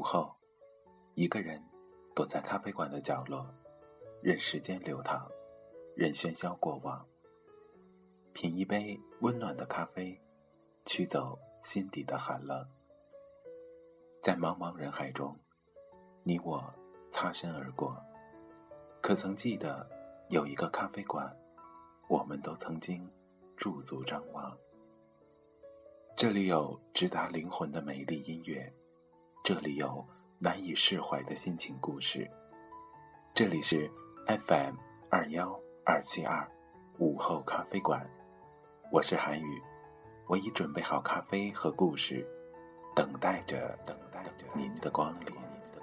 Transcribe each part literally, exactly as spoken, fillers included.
后，一个人躲在咖啡馆的角落，任时间流淌，任喧嚣过往，品一杯温暖的咖啡，驱走心底的寒冷。在茫茫人海中，你我擦身而过，可曾记得有一个咖啡馆，我们都曾经驻足张望。这里有直达灵魂的美丽音乐，这里有难以释怀的心情故事。这里是 F M 二一二七二 午后咖啡馆，我是韩宇，我已准备好咖啡和故事，等待着等待着您的光临。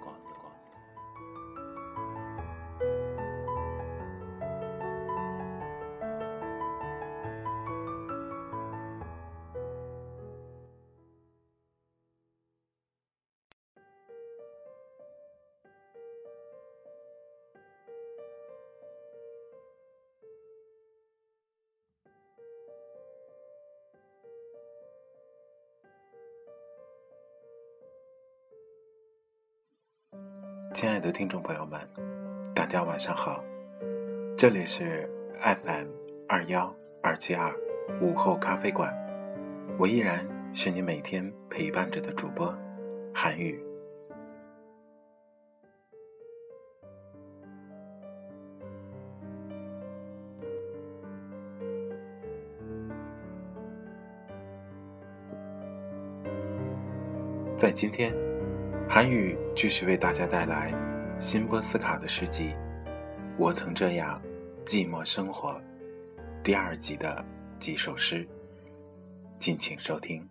亲爱的听众朋友们，大家晚上好，这里是 F M 二一二七二 午后咖啡馆，我依然是你每天陪伴着的主播韩宇。在今天，韩语继续为大家带来辛波斯卡的诗集《我曾这样寂寞生活》第二集的几首诗，敬请收听。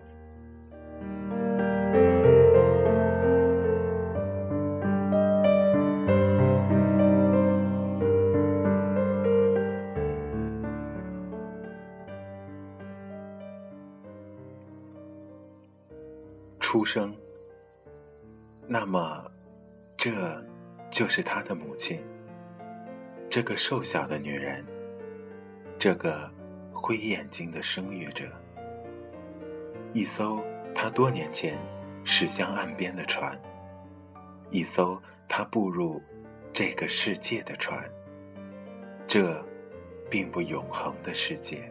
出生，那么这就是她的母亲，这个瘦小的女人，这个灰眼睛的生育者，一艘她多年前驶向岸边的船，一艘她步入这个世界的船，这并不永恒的世界。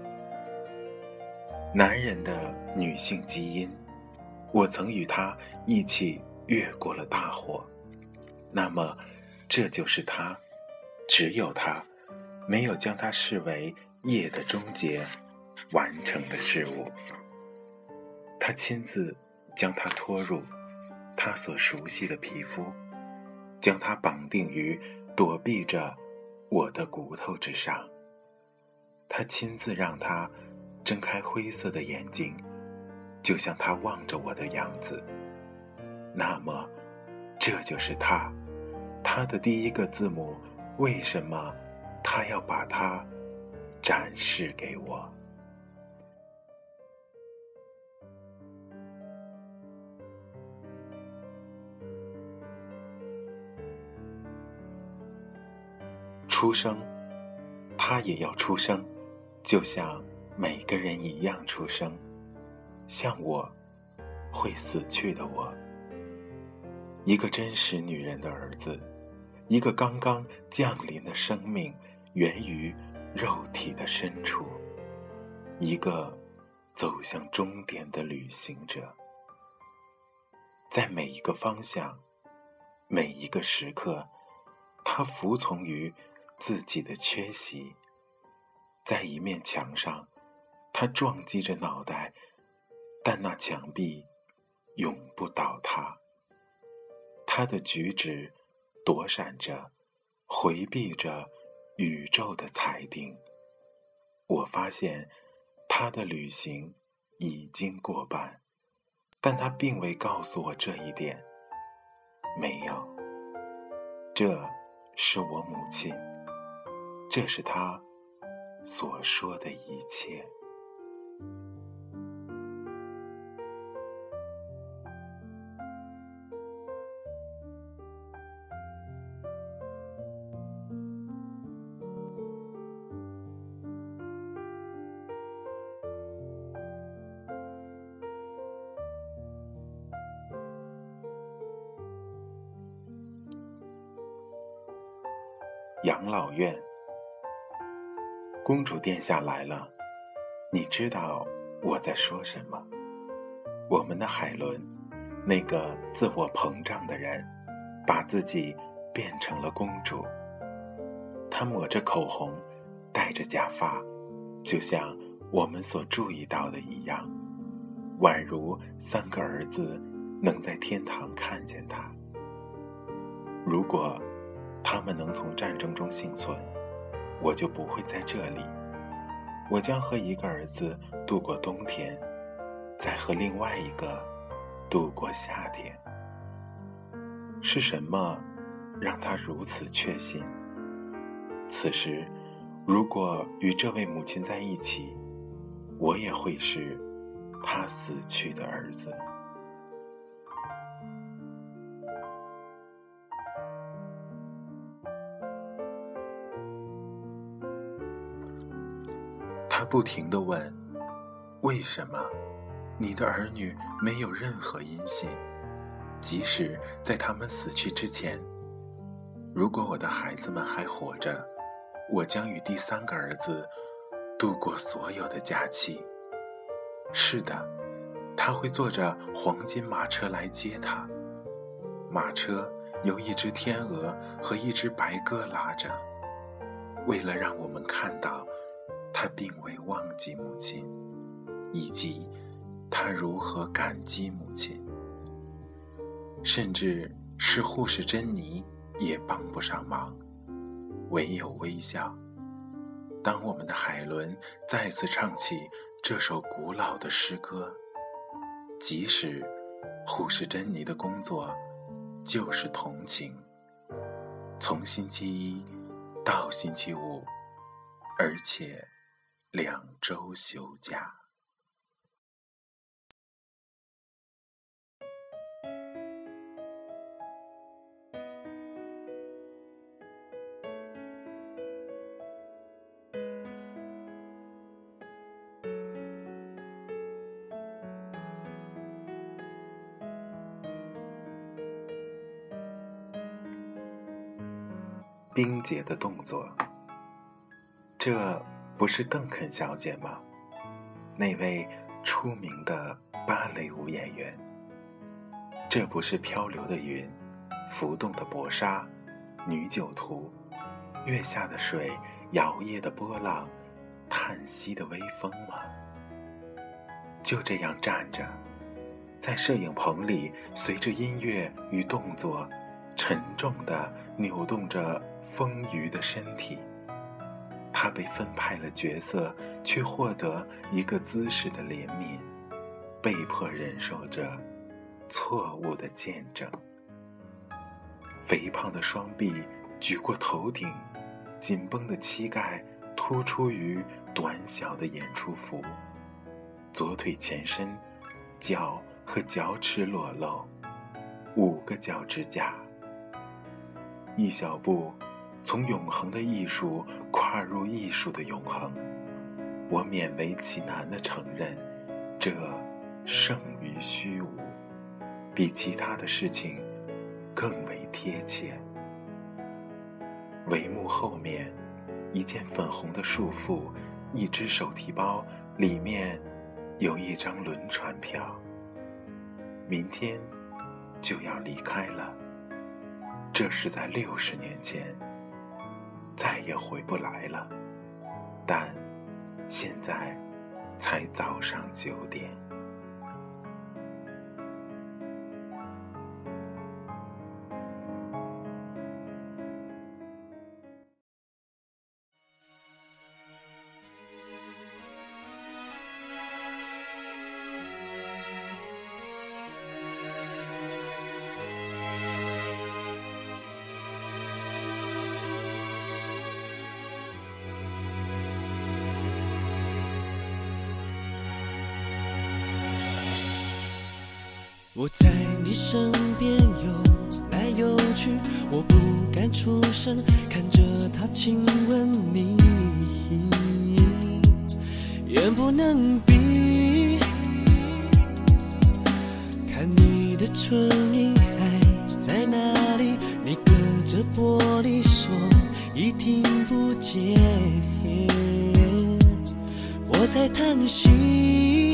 男人的女性基因，我曾与他一起越过了大火，那么这就是他，只有他，没有将它视为夜的终结完成的事物。他亲自将它拖入他所熟悉的皮肤，将它绑定于躲避着我的骨头之上。他亲自让它睁开灰色的眼睛，就像他望着我的样子。那么这就是他，他的第一个字母，为什么他要把它展示给我？出生，他也要出生，就像每个人一样出生，像我会死去的我，一个真实女人的儿子，一个刚刚降临的生命，源于肉体的深处，一个走向终点的旅行者。在每一个方向，每一个时刻，他服从于自己的缺席。在一面墙上，他撞击着脑袋，但那墙壁永不倒塌。他的举止躲闪着，回避着宇宙的裁定。我发现他的旅行已经过半，但他并未告诉我这一点。没有，这是我母亲，这是她所说的一切。 养老院。公主殿下来了，你知道我在说什么？我们的海伦，那个自我膨胀的人，把自己变成了公主。她抹着口红，戴着假发，就像我们所注意到的一样，宛如三个儿子能在天堂看见她。如果他们能从战争中幸存，我就不会在这里。我将和一个儿子度过冬天，再和另外一个度过夏天。是什么让他如此确信？此时，如果与这位母亲在一起，我也会是他死去的儿子。他不停地问，为什么你的儿女没有任何音信？即使在他们死去之前，如果我的孩子们还活着，我将与第三个儿子度过所有的假期。是的，他会坐着黄金马车来接他，马车由一只天鹅和一只白鸽拉着，为了让我们看到他并未忘记母亲，以及他如何感激母亲。甚至是护士珍妮也帮不上忙，唯有微笑。当我们的海伦再次唱起这首古老的诗歌，即使护士珍妮的工作就是同情，从星期一到星期五，而且两周休假。冰洁的动作，这不是邓肯小姐吗？那位出名的芭蕾舞演员。这不是漂流的云，浮动的薄纱，女酒徒，月下的水，摇曳的波浪，叹息的微风吗？就这样站着，在摄影棚里，随着音乐与动作，沉重地扭动着丰腴的身体。他被分派了角色，却获得一个姿势的怜悯，被迫忍受着错误的见证。肥胖的双臂举过头顶，紧绷的膝盖突出于短小的演出服，左腿前伸，脚和脚趾裸露，五个脚趾甲。一小步从永恒的艺术跨入艺术的永恒，我勉为其难地承认，这胜于虚无，比其他的事情更为贴切。帷幕后面，一件粉红的束缚，一只手提包，里面有一张轮船票。明天就要离开了，这是在六十年前，再也回不来了。但现在才早上九点。 我在你身边游来游去，我不敢出声，看着他亲吻你，眼不能闭，看你的唇印还在哪里，你隔着玻璃说一在叹息，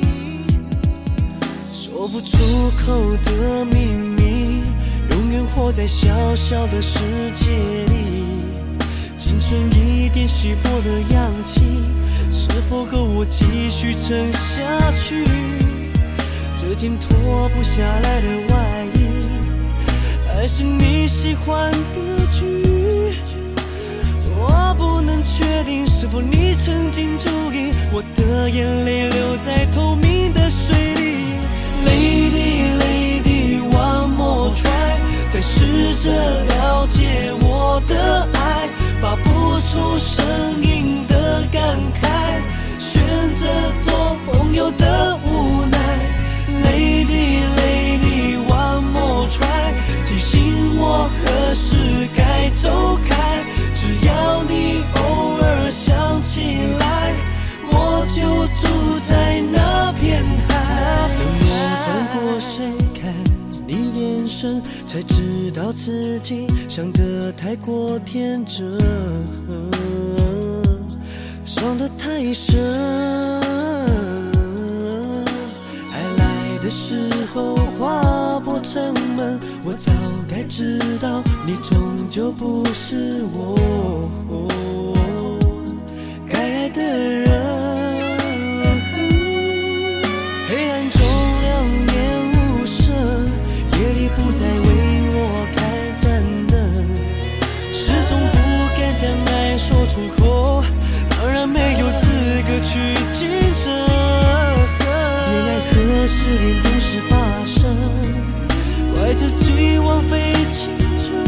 说不出口的秘密，永远活在小小的世界里。仅存一点稀薄的氧气，是否够我继续撑下去？这件脱不下来的外衣，还是你喜欢的剧？我不能确定是否你曾经注意，我的眼泪流在透明的水里。Lady Lady one more try， 再试着了解我的爱，发不出声音的感慨，选择做朋友的无奈。Lady Lady one more try， 提醒我何时该走开，只要你偶尔想起来，我就住在那片海。等我转过身看你眼神，才知道自己想得太过天真，伤得太深。爱来的时候划破城门，我早该知道你终究不是我该爱的人。黑暗中两眼无神，夜里不再为我开盏灯，始终不敢将爱说出口，当然没有资格去竞争。恋爱和失恋同时发生，怪自己枉费青春。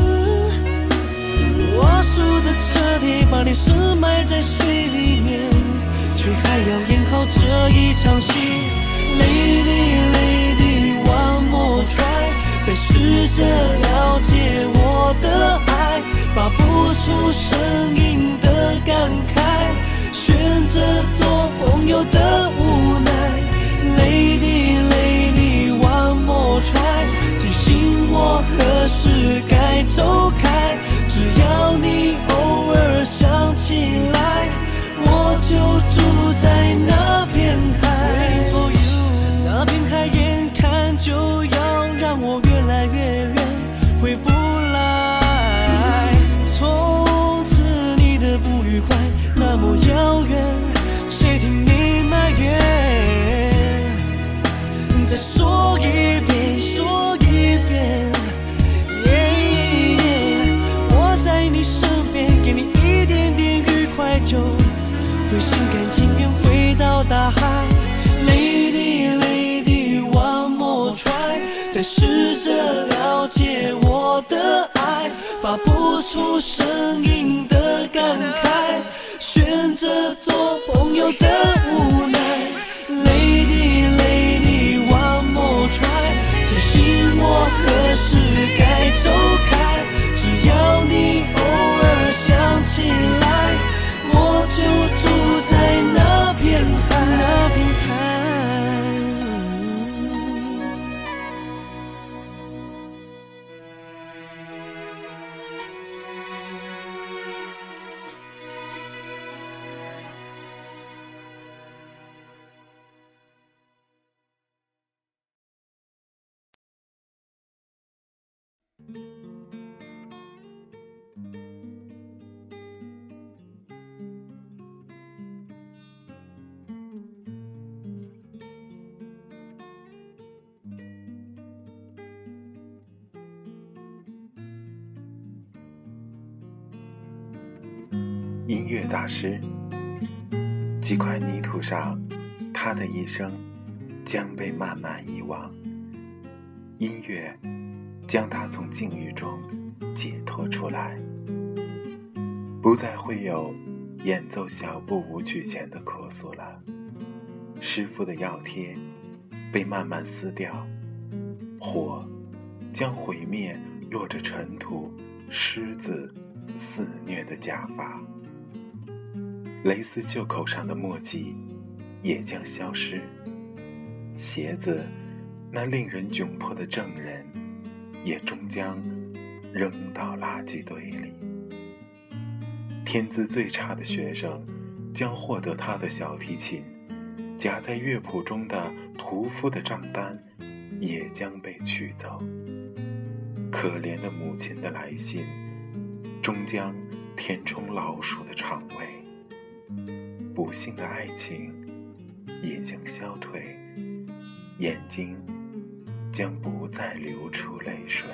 我输得彻底，把你深埋在水里面，却还要演好这一场戏。Lady Lady one more try， 再试着了解我的爱，发不出声音的感慨，选择做朋友的无奈。Lady Lady one more try， 提醒我何时该走开，只要你偶尔想起来，我就住在那片海。那片海眼看就要让我越来越远，回不来。从此你的不愉快那么遥远，谁听你埋怨？再说一遍，说一遍， yeah, yeah， 我在你身边，给你一点点愉快，就会心甘情愿回到大海。Lady Lady one more try， 再试着了解我的爱，发不出声音的感慨，选择做朋友的无奈。Lady Lady one more try， 提醒我何时该走开，只要你偶尔想起来，我就住在那片海，那片海。 音乐大师，几块泥土上，他的一生将被慢慢遗忘。音乐将他从境遇中解脱出来，不再会有演奏小步舞曲前的哭诉了。师傅的药贴被慢慢撕掉，火将毁灭落着尘土狮子肆虐的假发，蕾丝袖口上的墨迹也将消失，鞋子那令人窘迫的证人也终将扔到垃圾堆里。天资最差的学生将获得他的小提琴，夹在乐谱中的屠夫的账单也将被取走。可怜的母亲的来信终将填充老鼠的肠胃，不幸的爱情也将消退，眼睛将不再流出泪水。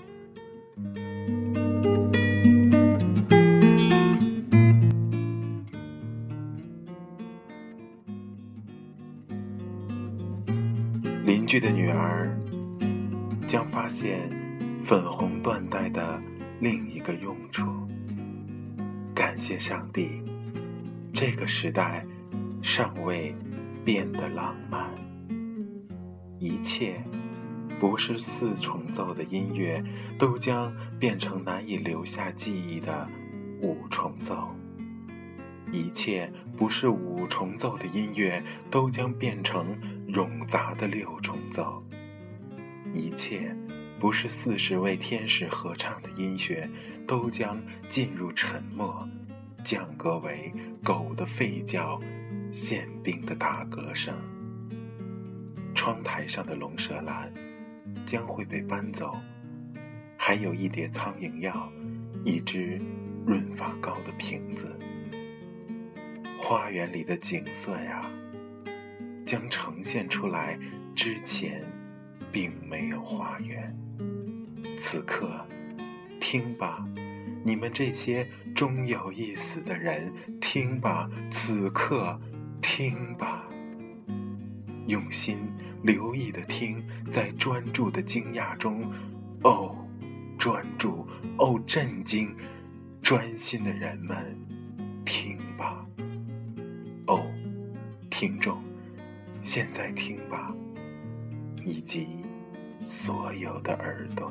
邻居的女儿将发现粉红缎带的另一个用处。感谢上帝，这个时代尚未变得浪漫。一切不是四重奏的音乐都将变成难以留下记忆的五重奏，一切不是五重奏的音乐都将变成冗杂的六重奏，一切不是四十位天使合唱的音乐都将进入沉默，降格为狗的吠叫，宪兵的打嗝声。窗台上的龙舌兰将会被搬走，还有一碟苍蝇药，一支润发膏的瓶子。花园里的景色呀，将呈现出来之前并没有花园。此刻听吧，你们这些终有一死的人，听吧，此刻听吧，用心留意地听，在专注的惊讶中，哦，专注，哦，震惊，专心的人们，听吧。哦，听众，现在听吧，以及所有的耳朵。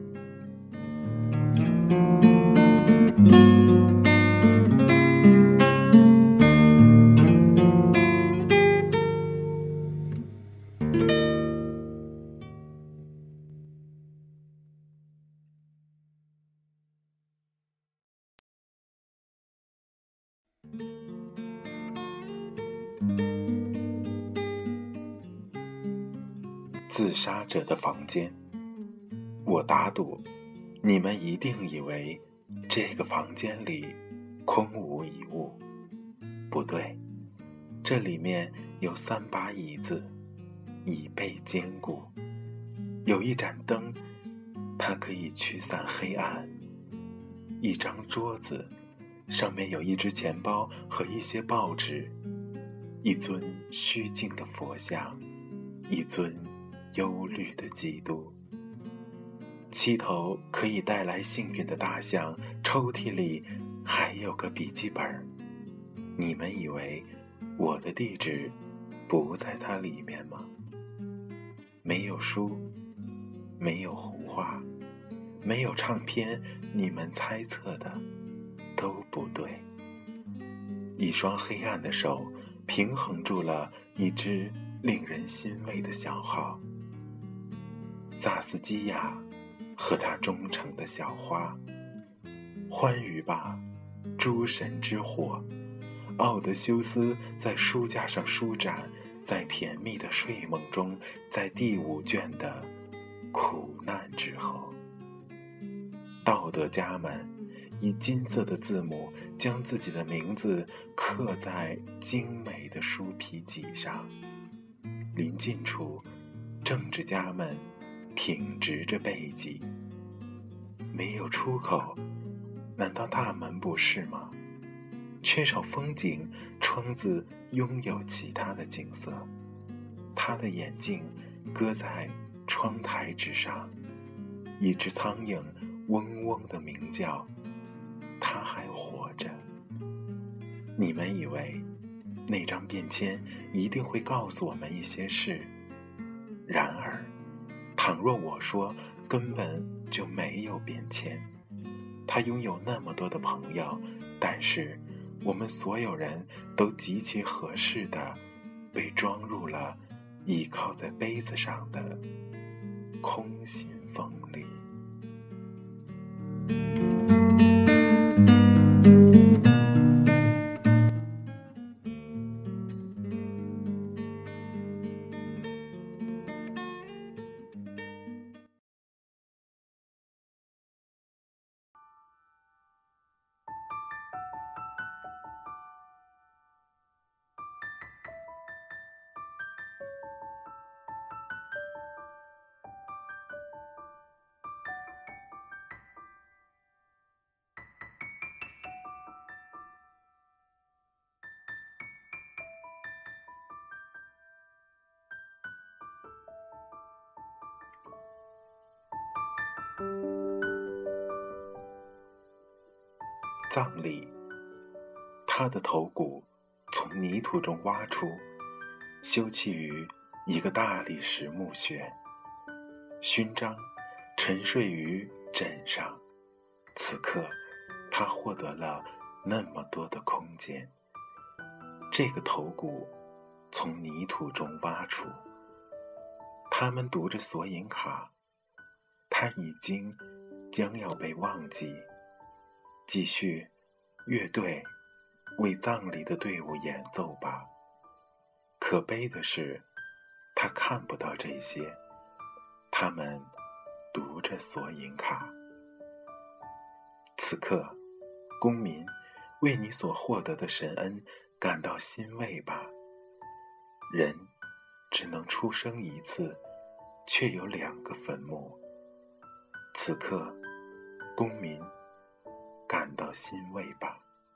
自杀者的房间，我打赌你们一定以为这个房间里空无一物。不对，这里面有三把椅子，椅背坚固，有一盏灯，它可以驱散黑暗，一张桌子，上面有一只钱包和一些报纸，一尊虚静的佛像，一尊忧虑的基督，七头可以带来幸运的大象，抽屉里还有个笔记本。你们以为我的地址不在它里面吗？没有书，没有胡话，没有唱片，你们猜测的都不对。一双黑暗的手平衡住了一只令人欣慰的小号，萨斯基亚和他忠诚的小花。欢愉吧，诸神之火！奥德修斯在书架上舒展，在甜蜜的睡梦中，在第五卷的苦难之后。道德家们以金色的字母将自己的名字刻在精美的书皮脊上。临近处，政治家们挺直着背脊。没有出口，难道大门不是吗？缺少风景，窗子拥有其他的景色。他的眼镜搁在窗台之上，一只苍蝇嗡嗡地鸣叫，他还活着。你们以为那张便签一定会告诉我们一些事，然而倘若我说根本就没有便签，他拥有那么多的朋友，但是我们所有人都极其合适地被装入了倚靠在杯子上的空心风里。 葬礼，他的头骨从泥土中挖出，休憩于一个大理石墓穴，勋章沉睡于枕上。此刻他获得了那么多的空间。这个头骨从泥土中挖出，他们读着索引卡，他已经将要被忘记。继续，乐队为葬礼的队伍演奏吧。可悲的是，他看不到这些，他们读着索引卡。此刻，公民为你所获得的神恩感到欣慰吧。人只能出生一次，却有两个坟墓。此刻，公民感到欣慰吧。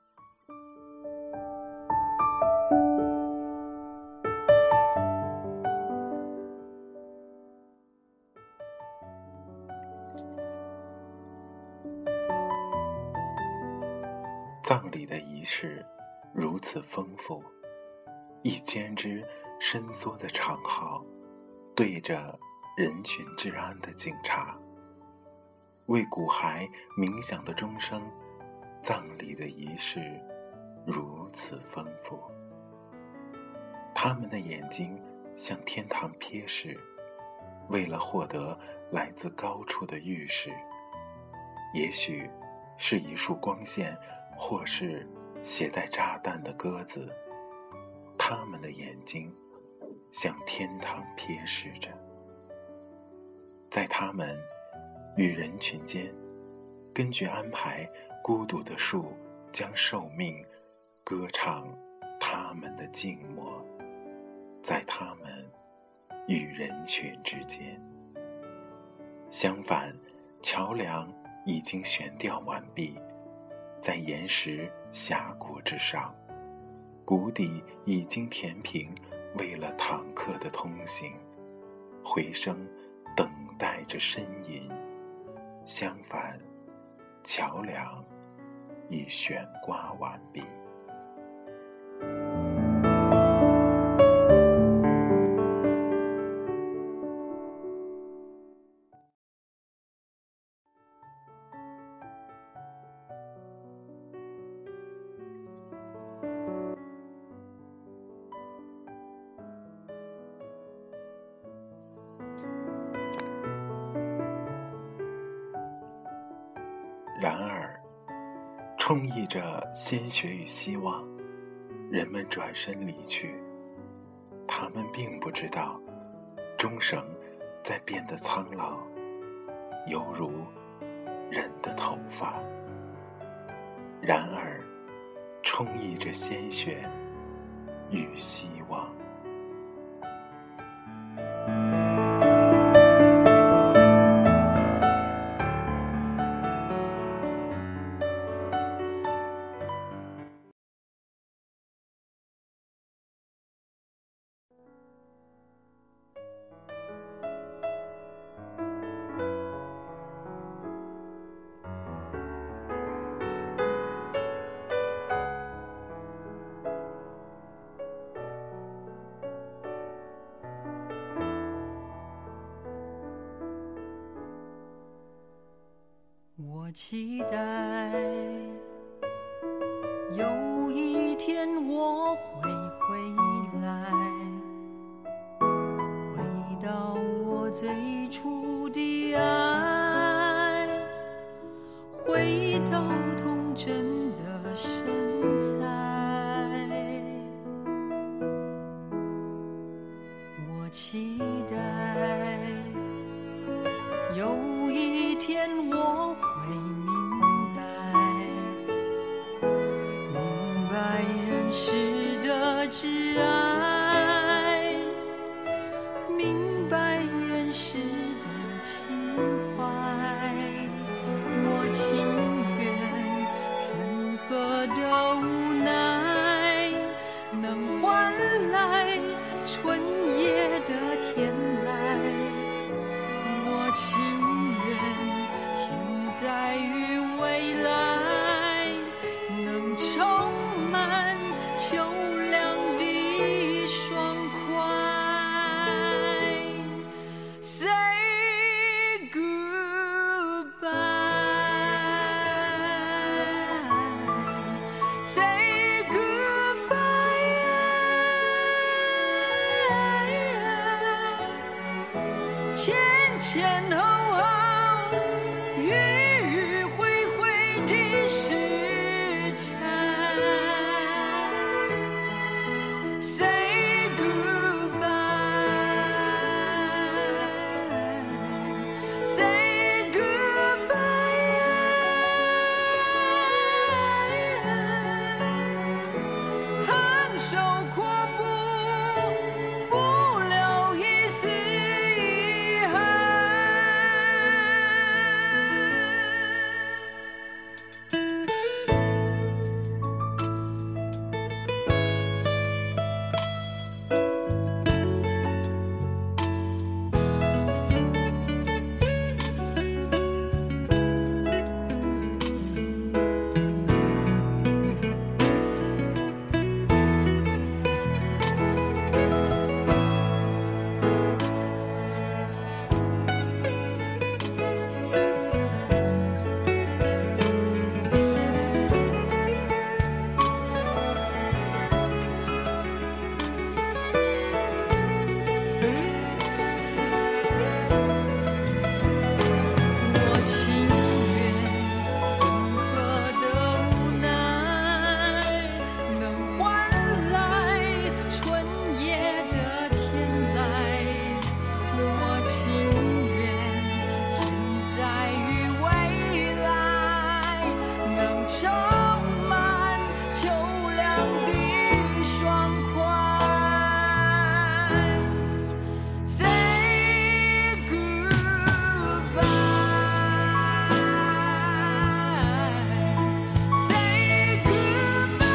葬礼的仪式如此丰富，一千支伸缩的长号对着人群治安的警察，为骨骸冥想的钟声。葬礼的仪式如此丰富，他们的眼睛向天堂瞥视，为了获得来自高处的预示，也许是一束光线，或是携带炸弹的鸽子，他们的眼睛向天堂瞥视着。在他们与人群间，根据安排，孤独的树将寿命歌唱他们的静默。在他们与人群之间，相反，桥梁已经悬吊完毕，在岩石峡谷之上，谷底已经填平，为了坦克的通行，回声等待着呻吟。相反，桥梁已悬挂完毕。然而，充溢着鲜血与希望，人们转身离去。他们并不知道，钟声在变得苍老，犹如人的头发。然而，充溢着鲜血与希望。 我期待有一天我会回来，回到我最初的爱，回到童真的身材。我期待有一天我会明白，明白人世的挚爱，明白人世的情怀。我情愿分合的无奈，能换来春夜的天籁。我情愿在于未来能充满秋凉的爽快。 Say goodbye, say goodbye， 前前后后迂迂回回的时差。 Say goodbye, say goodbye， 昂首阔步，不留一丝遗憾。 我情愿分合的无奈，能换来春夜的天籁。我情愿现在与未来能充满秋凉的爽快。Say goodbye, say goodbye，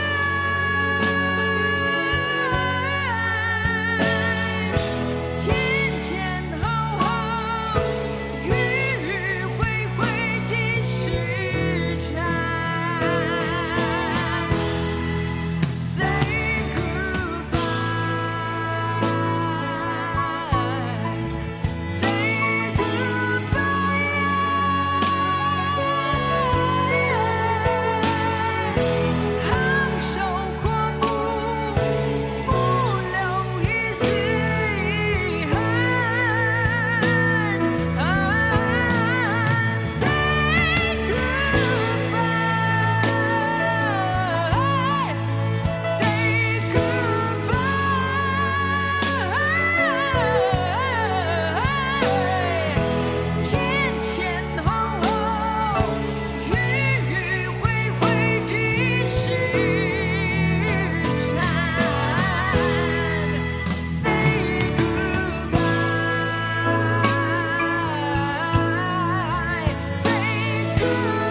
前前后后迂迂回回的时差。Say goodbye, say goodbye， 昂首阔步，不留一丝遗憾。Say goodbye, say goodbye， 前前后后迂迂回回的时差。Say goodbye, say goodbye。